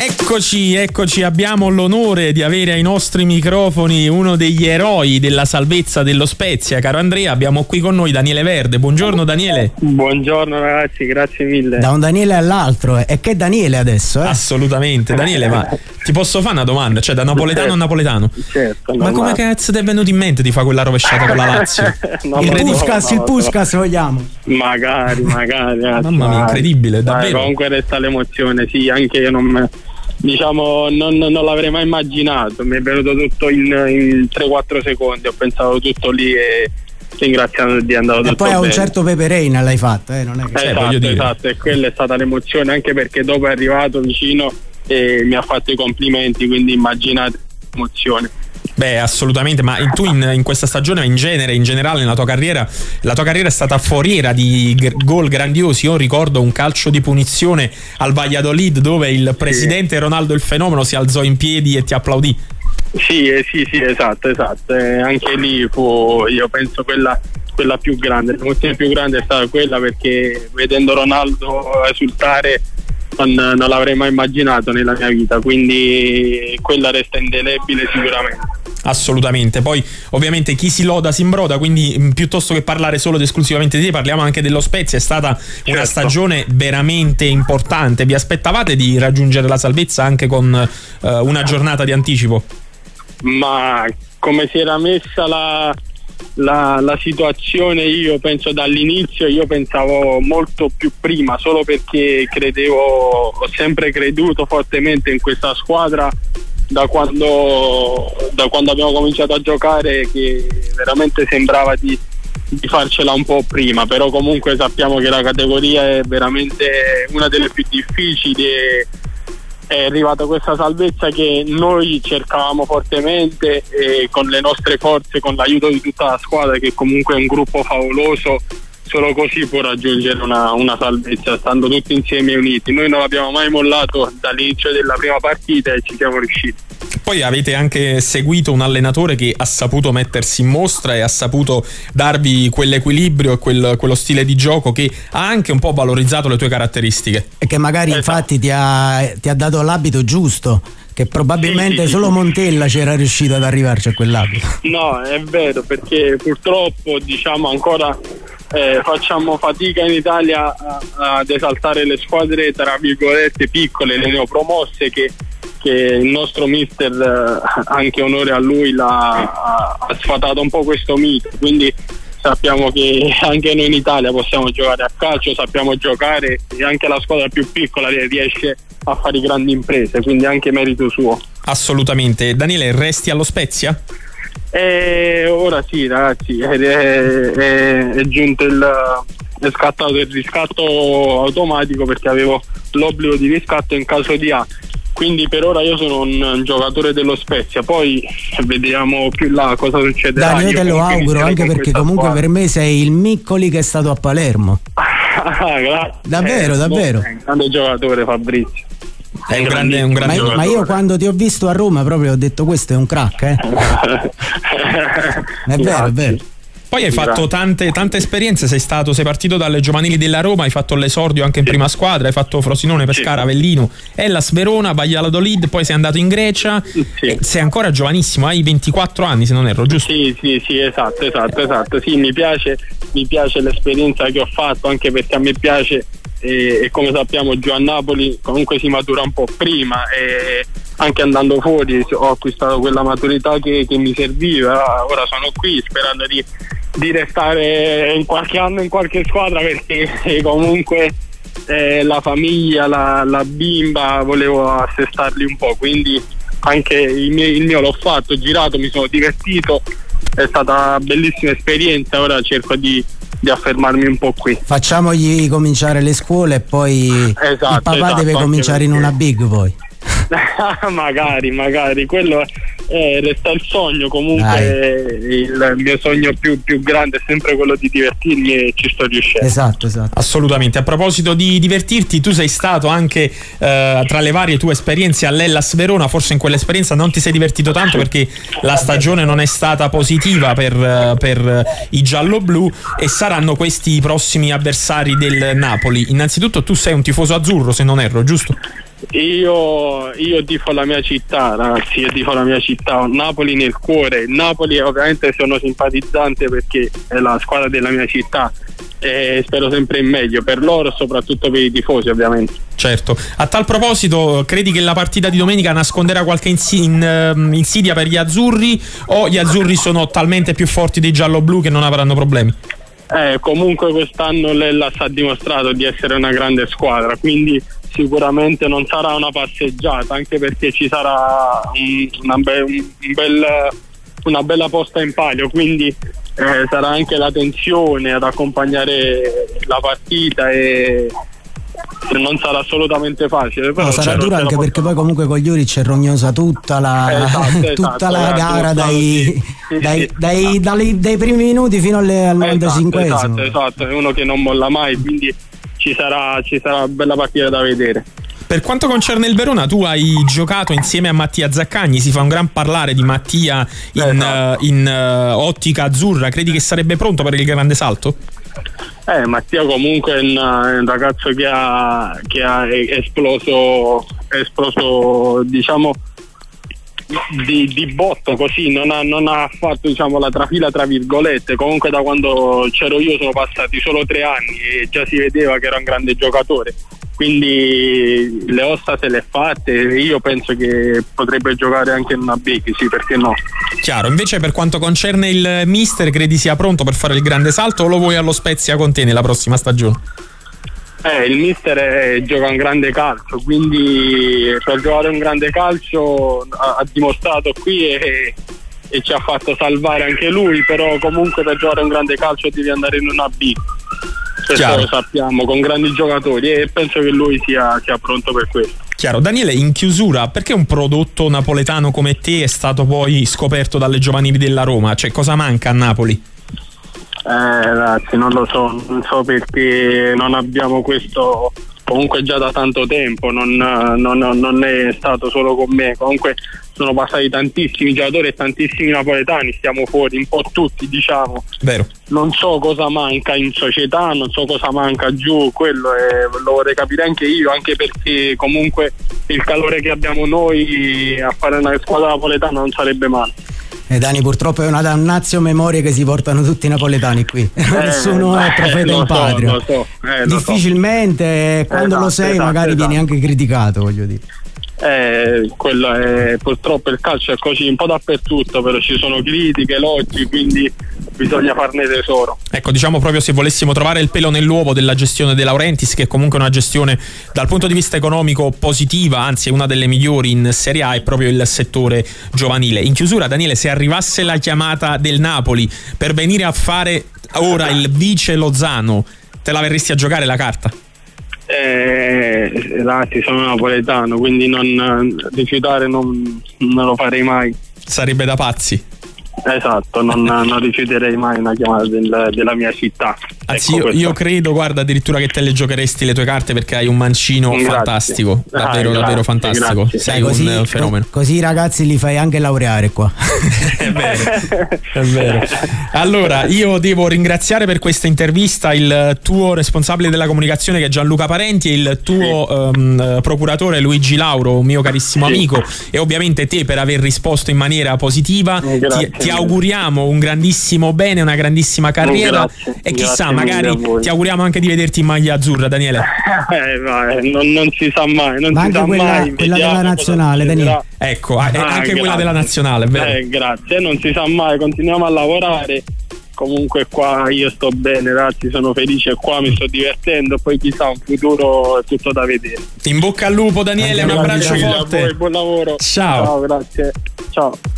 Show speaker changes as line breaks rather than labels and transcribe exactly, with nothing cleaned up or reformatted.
Eccoci, eccoci, abbiamo l'onore di avere ai nostri microfoni uno degli eroi della salvezza dello Spezia, caro Andrea. Abbiamo qui con noi Daniele Verde. Buongiorno Daniele.
Buongiorno ragazzi, grazie mille.
Da un Daniele all'altro, eh. E che Daniele adesso, eh?
Assolutamente. Daniele, ma ti posso fare una domanda? Cioè, da napoletano certo. a napoletano.
Certo.
Ma come cazzo ti è venuto in mente di fare quella rovesciata con la Lazio?
il Puskas, il Puskas vogliamo.
Magari, magari. Ragazzi,
Mamma mia, incredibile, davvero.
Dai, comunque resta l'emozione, sì, anche io non me... Diciamo non, non l'avrei mai immaginato, mi è venuto tutto in, in tre quattro secondi, ho pensato tutto lì e ringraziando di andato tutto
e poi a un
bene.
certo Pepe Reina l'hai fatto, eh? Non è che...
Esatto,
cioè, voglio dire.
esatto, e quella è stata l'emozione, anche perché dopo è arrivato vicino e mi ha fatto i complimenti, quindi immaginate l'emozione.
Beh, assolutamente, ma tu in, in questa stagione, in genere, in generale nella tua carriera, la tua carriera è stata foriera di g- gol grandiosi. Io ricordo un calcio di punizione al Valladolid dove il presidente sì. Ronaldo il Fenomeno si alzò in piedi e ti applaudì.
Sì, eh, sì, sì, esatto, esatto. Eh, anche lì fu, io penso, quella, quella più grande. L'emozione più grande è stata quella, perché vedendo Ronaldo esultare non, non l'avrei mai immaginato nella mia vita, quindi quella resta indelebile sicuramente.
Assolutamente. Poi ovviamente chi si loda si imbroda, quindi piuttosto che parlare solo ed esclusivamente di te parliamo anche dello Spezia. È stata certo. una stagione veramente importante. Vi aspettavate di raggiungere la salvezza anche con uh, una giornata di anticipo?
Ma come si era messa la, la, la situazione, io penso dall'inizio, io pensavo molto più prima, solo perché credevo, ho sempre creduto fortemente in questa squadra da quando, da quando abbiamo cominciato a giocare, che veramente sembrava di, di farcela un po' prima, però comunque sappiamo che la categoria è veramente una delle più difficili e è arrivata questa salvezza che noi cercavamo fortemente, e con le nostre forze, con l'aiuto di tutta la squadra, che comunque è un gruppo favoloso, solo così può raggiungere una, una salvezza, stando tutti insieme e uniti. Noi non l'abbiamo mai mollato dall'inizio della prima partita e ci siamo riusciti.
Poi avete anche seguito un allenatore che ha saputo mettersi in mostra e ha saputo darvi quell'equilibrio e quel, quello stile di gioco che ha anche un po' valorizzato le tue caratteristiche. E
che magari esatto. infatti ti ha, ti ha dato l'abito giusto, che probabilmente sì, sì, solo Montella c'era riuscito ad arrivarci a quell'abito.
No, è vero, perché purtroppo diciamo ancora eh, facciamo fatica in Italia a, ad esaltare le squadre tra virgolette piccole, le neopromosse, che, che il nostro mister, eh, anche onore a lui, l'ha, ha, ha sfatato un po' questo mito, quindi sappiamo che anche noi in Italia possiamo giocare a calcio, sappiamo giocare, e anche la squadra più piccola riesce a fare grandi imprese, quindi anche merito suo.
Assolutamente. Daniele, resti allo Spezia?
Eh, ora sì ragazzi, è, è, è giunto il è scattato il riscatto automatico, perché avevo l'obbligo di riscatto in caso di A, quindi per ora io sono un, un giocatore dello Spezia, poi vediamo più là cosa succederà.
Dai, io te lo auguro, anche perché comunque squadra. Per me sei il Miccoli che è stato a Palermo.
Ah, grazie.
Davvero, eh, davvero.
È un grande giocatore Fabrizio.
È un grande, un grande
ma, ma io quando ti ho visto a Roma proprio ho detto questo è un crack, eh? È vero, è vero.
Poi hai fatto tante, tante esperienze, sei stato, sei partito dalle giovanili della Roma, hai fatto l'esordio anche in sì. prima squadra, hai fatto Frosinone, Pescara, sì. Avellino, Hellas Verona, Valladolid, poi sei andato in Grecia, sì. e sei ancora giovanissimo, hai ventiquattro anni se non erro, giusto?
Sì, sì, sì, esatto, esatto, esatto. Sì, mi piace, mi piace l'esperienza che ho fatto, anche perché a me piace, e, e come sappiamo giù a Napoli comunque si matura un po' prima, e anche andando fuori ho acquistato quella maturità che, che mi serviva. Ora sono qui sperando di, di restare in qualche anno in qualche squadra, perché comunque eh, la famiglia, la, la bimba, volevo assestarli un po', quindi anche il mio, il mio l'ho fatto, ho girato, mi sono divertito, è stata una bellissima esperienza. Ora cerco di di affermarmi un po' qui.
Facciamogli cominciare le scuole e poi esatto, il papà esatto, deve cominciare perché... in una big poi.
magari, magari, quello eh, resta il sogno, comunque il mio sogno più, più grande è sempre quello di divertirmi, e ci sto riuscendo.
Esatto, esatto.
Assolutamente. A proposito di divertirti, tu sei stato anche eh, tra le varie tue esperienze all'Hellas Verona, forse in quell'esperienza non ti sei divertito tanto perché la stagione non è stata positiva per, per i gialloblu, e saranno questi i prossimi avversari del Napoli. Innanzitutto tu sei un tifoso azzurro se non erro, giusto?
Io, io tifo la mia città, ragazzi, io tifo la mia città, ho Napoli nel cuore. Il Napoli ovviamente sono simpatizzante perché è la squadra della mia città e spero sempre in meglio per loro e soprattutto per i tifosi, ovviamente.
Certo. A tal proposito, credi che la partita di domenica nasconderà qualche insi- in, uh, insidia per gli azzurri, o gli azzurri sono talmente più forti dei giallo-blu che non avranno problemi?
Eh, comunque quest'anno l'Hellas ha dimostrato di essere una grande squadra, quindi sicuramente non sarà una passeggiata, anche perché ci sarà un, una, be- un bel, una bella posta in palio, quindi eh, sarà anche la tensione ad accompagnare la partita e non sarà assolutamente facile. Però
no, sarà dura anche perché poi comunque con gli Juric è rognosa tutta la,
esatto,
tutta
esatto,
la gara dai, sì, dai, sì, dai, esatto. dai, dai primi minuti fino alle, al novantacinquesimo.
Esatto, esatto, è uno che non molla mai, quindi ci sarà, ci sarà una bella partita da vedere.
Per quanto concerne il Verona, tu hai giocato insieme a Mattia Zaccagni, si fa un gran parlare di Mattia in, esatto. uh, in uh, ottica azzurra, credi che sarebbe pronto per il grande salto?
Eh, Mattia comunque è un, è un ragazzo che ha, che ha esploso, esploso diciamo di, di botto, così non ha, non ha fatto diciamo la trafila tra virgolette. Comunque da quando c'ero io sono passati solo tre anni e già si vedeva che era un grande giocatore, quindi le ossa se le è fatte e io penso che potrebbe giocare anche in una B, sì, perché no.
Chiaro. Invece per quanto concerne il mister, credi sia pronto per fare il grande salto o lo vuoi allo Spezia con te nella prossima stagione?
Eh, il mister è, gioca un grande calcio, quindi per giocare un grande calcio ha, ha dimostrato qui e, e ci ha fatto salvare anche lui, però comunque per giocare un grande calcio devi andare in una B, questo lo sappiamo, con grandi giocatori, e penso che lui sia, sia pronto per questo.
Chiaro. Daniele, in chiusura, perché un prodotto napoletano come te è stato poi scoperto dalle giovanili della Roma? Cioè, cosa manca a Napoli?
Eh, ragazzi, non lo so, non so perché non abbiamo questo comunque già da tanto tempo, non, non, non è stato solo con me, comunque sono passati tantissimi giocatori e tantissimi napoletani, stiamo fuori un po' tutti, diciamo.
Vero.
Non so cosa manca in società, non so cosa manca giù, quello è, lo vorrei capire anche io, anche perché comunque il calore che abbiamo noi a fare una squadra napoletana non sarebbe male.
E Dani, purtroppo è una dannazio memoria che si portano tutti i napoletani qui. Eh, Nessuno è profeta
eh,
in patria.
So, lo so, eh, lo
difficilmente so. Quando esatto, lo sei esatto, magari esatto. vieni anche criticato, voglio dire.
Eh, quello è, purtroppo il calcio è così un po' dappertutto, però ci sono critiche, elogi, quindi bisogna farne tesoro.
Ecco, diciamo proprio, se volessimo trovare il pelo nell'uovo della gestione De Laurentiis, che è comunque una gestione dal punto di vista economico positiva, anzi è una delle migliori in Serie A, è proprio il settore giovanile. In chiusura, Daniele, se arrivasse la chiamata del Napoli per venire a fare ora il vice Lozano, te la verresti a giocare la carta?
Eh, ragazzi, sono napoletano, quindi non rifiutare non, non lo farei mai.
Sarebbe da pazzi.
Esatto, non, non rifiuterei mai una chiamata del, della mia città.
Anzi,
ecco,
io, io credo, guarda, addirittura che te le giocheresti le tue carte, perché hai un mancino grazie. fantastico, davvero, ah, davvero grazie, fantastico. Grazie. Sei Dai, così, un fenomeno.
Così i ragazzi li fai anche laureare qua.
È vero, è vero. Allora, io devo ringraziare per questa intervista il tuo responsabile della comunicazione, che è Gianluca Parenti, e il tuo sì. um, procuratore Luigi Lauro, un mio carissimo sì. amico, e ovviamente te per aver risposto in maniera positiva. Ti, ti auguriamo un grandissimo bene, una grandissima carriera, grazie, e chissà, magari ti auguriamo anche di vederti in maglia azzurra, Daniele.
Eh, vai, non, non si sa mai, non
ma
si
anche
sa
quella,
mai.
quella della nazionale, Daniele.
Ecco, ah, anche
grazie.
quella della nazionale, vero?
Eh, grazie, non si sa mai, continuiamo a lavorare. Comunque qua io sto bene, ragazzi, sono felice qua, mi sto divertendo, poi chissà, un futuro è tutto da vedere.
In bocca al lupo, Daniele, un abbraccio
grazie
forte.
a voi, buon lavoro.
Ciao.
Ciao, grazie. Ciao.